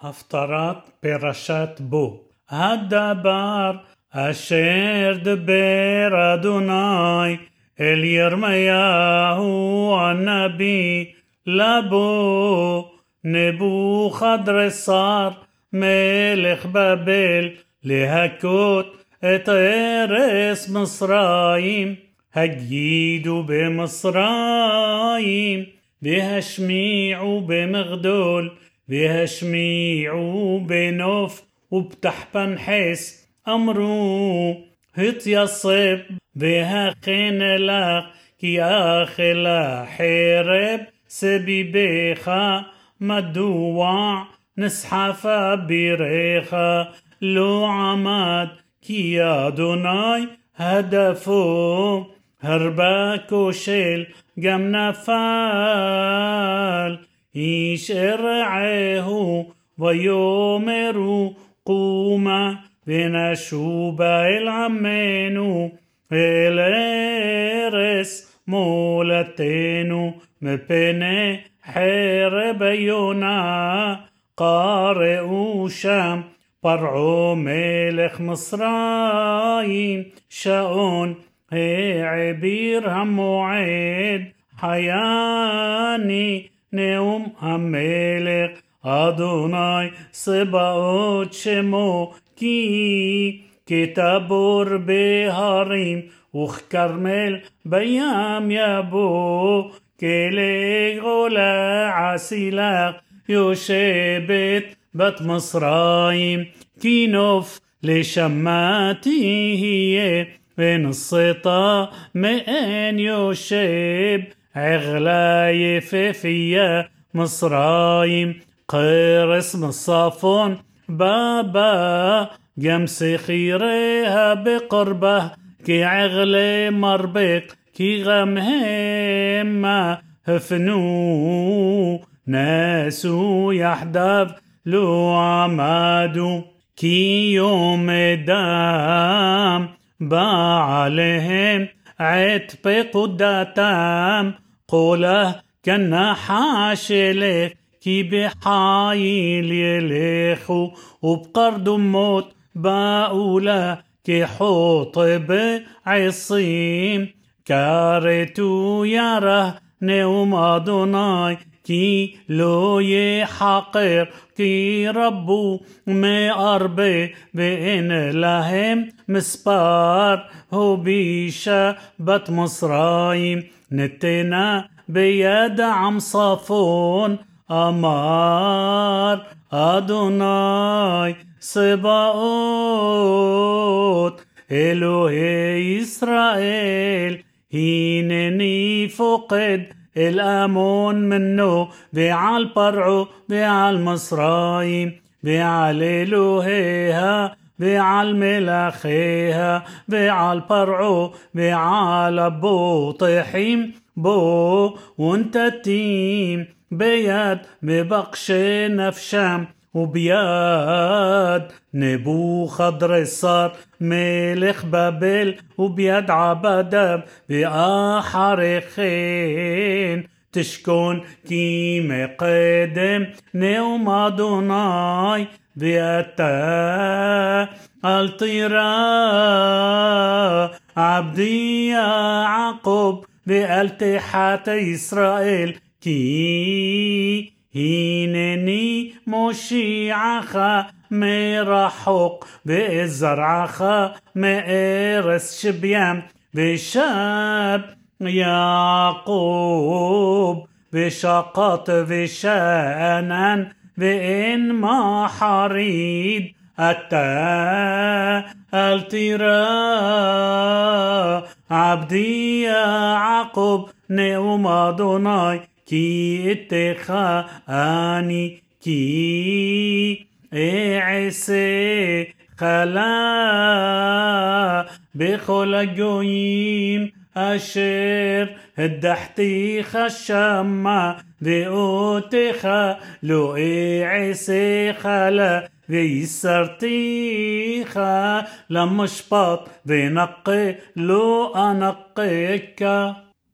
הפטרת פרשת בו. הדבר אשר דבר אדוני אל ירמיהו הנביא לבוא נבוכדרצר מלך בבל להכות את ארץ מצרים. הגידו במצרים והשמיעו במגדול והשמיעו בנוף ובתח פנחס. אמרו התייצב והכן לך כי אכלה חרב סביבך. מדוע נסחפה בירך לא עמד כי אדוני הדפו. הרבה כושל גם נפל. איש רעהו ויאמרו קומה ונשובה אל עמנו אל ארץ מולדתנו מפני חרב יונה. קראו שם פרעה מלך מצרים שעון העביר המועד. חייני נאום המלך אדוני צבאות שמו כי כתבור בהרים וככרמל בים יבוא. כלגולה עשילך יושבת בת מצרים כי נוף לשמה תהיה ונשתה מאין יושב. עגלה יפהפייה מצרים קרס מצפון בא גם שכיריה בקרבה כעגלה מרבק כי גם המה הפנו. נסו יחדיו לא עמדו כי יום דם בא עליהם עת פקודתם. קולה כנחש ילך כי בחיל ילכו ובקרדומות באו לה כחוטב בעשים. כרתו ירה נאום אדוני כי לא יחקר כי רבו מארבה ואין להם מספר. הובישה בת מצרים נתנה ביד עם צפון. אמר אדוני צבאות אלוהי ישראל הנני פוקד אל עמון מנו ועל פרעה ועל מצרים ועל אלוהיה ועל מלאכיה ועל פרעה ועל הבוטחים בו ונתתים ביד מבקשי נפשם וביד נבוכדרצר מלך בבל וביד עבדיו. ואחרי כן תשכון כי מקדם נאום אדוני. ואתה אל תירא עבדי יעקב ואל תחת ישראל כי הנני מושיעך מרחוק וזרעך מארץ שבים. ושב יעקב ושקט ושאנן ואין מחריד. אתה אל תירא עבדי יעקב נאום אדוני כי אתך אני כי אעשה חלה בכל הגויים אשר הדחתיך שמה ואותך לא אעשה חלה ויסרתיך למשפט ונקה לא אנקך.